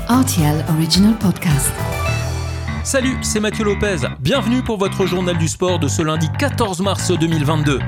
RTL Original Podcast. Salut, c'est Mathieu Lopez. Bienvenue pour votre journal du sport de ce lundi 14 mars 2022.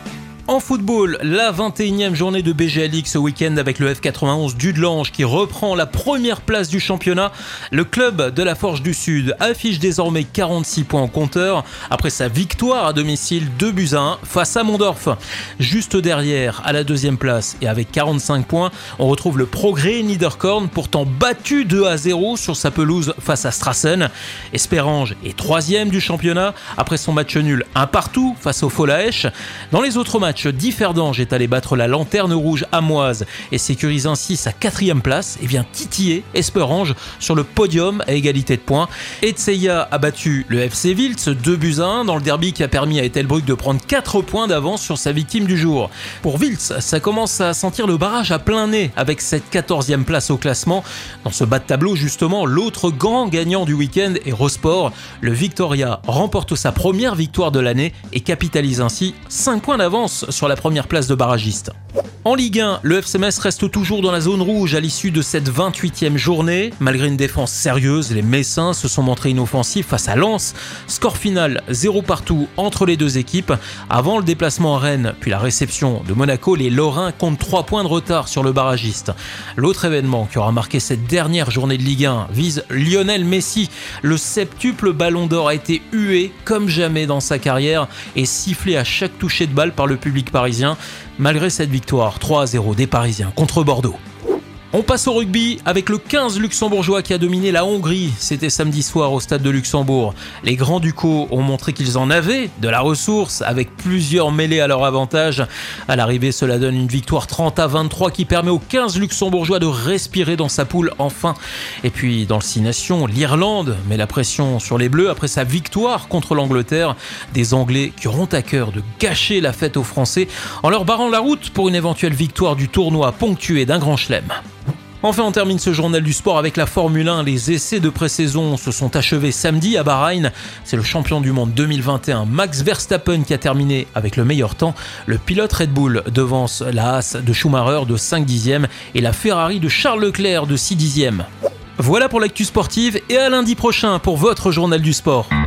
En football, la 21e journée de BGLX ce week-end avec le F91 Dudelange qui reprend la première place du championnat. Le club de la Forge du Sud affiche désormais 46 points en compteur après sa victoire à domicile 2-1 face à Mondorf. Juste derrière, à la deuxième place et avec 45 points, on retrouve le Progrès Niederkorn, pourtant battu 2-0 sur sa pelouse face à Strassen. Esperange est 3e du championnat après son match nul 1-1 face au Follaèche. Dans les autres matchs, Differdange est allé battre la Lanterne Rouge amoise et sécurise ainsi sa 4e place et vient titiller Esperange sur le podium à égalité de points. Etseya a battu le FC Wiltz 2-1 dans le derby qui a permis à Ettelbruck de prendre 4 points d'avance sur sa victime du jour. Pour Wiltz, ça commence à sentir le barrage à plein nez avec cette 14e place au classement. Dans ce bas de tableau justement, l'autre grand gagnant du week-end est Rosport. Le Victoria remporte sa première victoire de l'année et capitalise ainsi 5 points d'avance sur la première place de barragiste. En Ligue 1, le FC Metz reste toujours dans la zone rouge à l'issue de cette 28e journée. Malgré une défense sérieuse, les Messins se sont montrés inoffensifs face à Lens. Score final 0-0 entre les deux équipes. Avant le déplacement à Rennes, puis la réception de Monaco, les Lorrains comptent 3 points de retard sur le barragiste. L'autre événement qui aura marqué cette dernière journée de Ligue 1 vise Lionel Messi. Le septuple ballon d'or a été hué comme jamais dans sa carrière et sifflé à chaque toucher de balle par le public parisien. Malgré cette victoire 3-0 des Parisiens contre Bordeaux. On passe au rugby avec le 15 luxembourgeois qui a dominé la Hongrie. C'était samedi soir au stade de Luxembourg. Les Grands Ducaux ont montré qu'ils en avaient de la ressource avec plusieurs mêlées à leur avantage. À l'arrivée, cela donne une victoire 30-23 qui permet aux 15 luxembourgeois de respirer dans sa poule enfin. Et puis dans le 6 Nations, l'Irlande met la pression sur les Bleus après sa victoire contre l'Angleterre. Des Anglais qui auront à cœur de gâcher la fête aux Français en leur barrant la route pour une éventuelle victoire du tournoi ponctuée d'un grand chelem. Enfin, on termine ce journal du sport avec la Formule 1. Les essais de pré-saison se sont achevés samedi à Bahreïn. C'est le champion du monde 2021, Max Verstappen, qui a terminé avec le meilleur temps. Le pilote Red Bull devance la Haas de Schumacher de 5 dixièmes et la Ferrari de Charles Leclerc de 6 dixièmes. Voilà pour l'actu sportive et à lundi prochain pour votre journal du sport.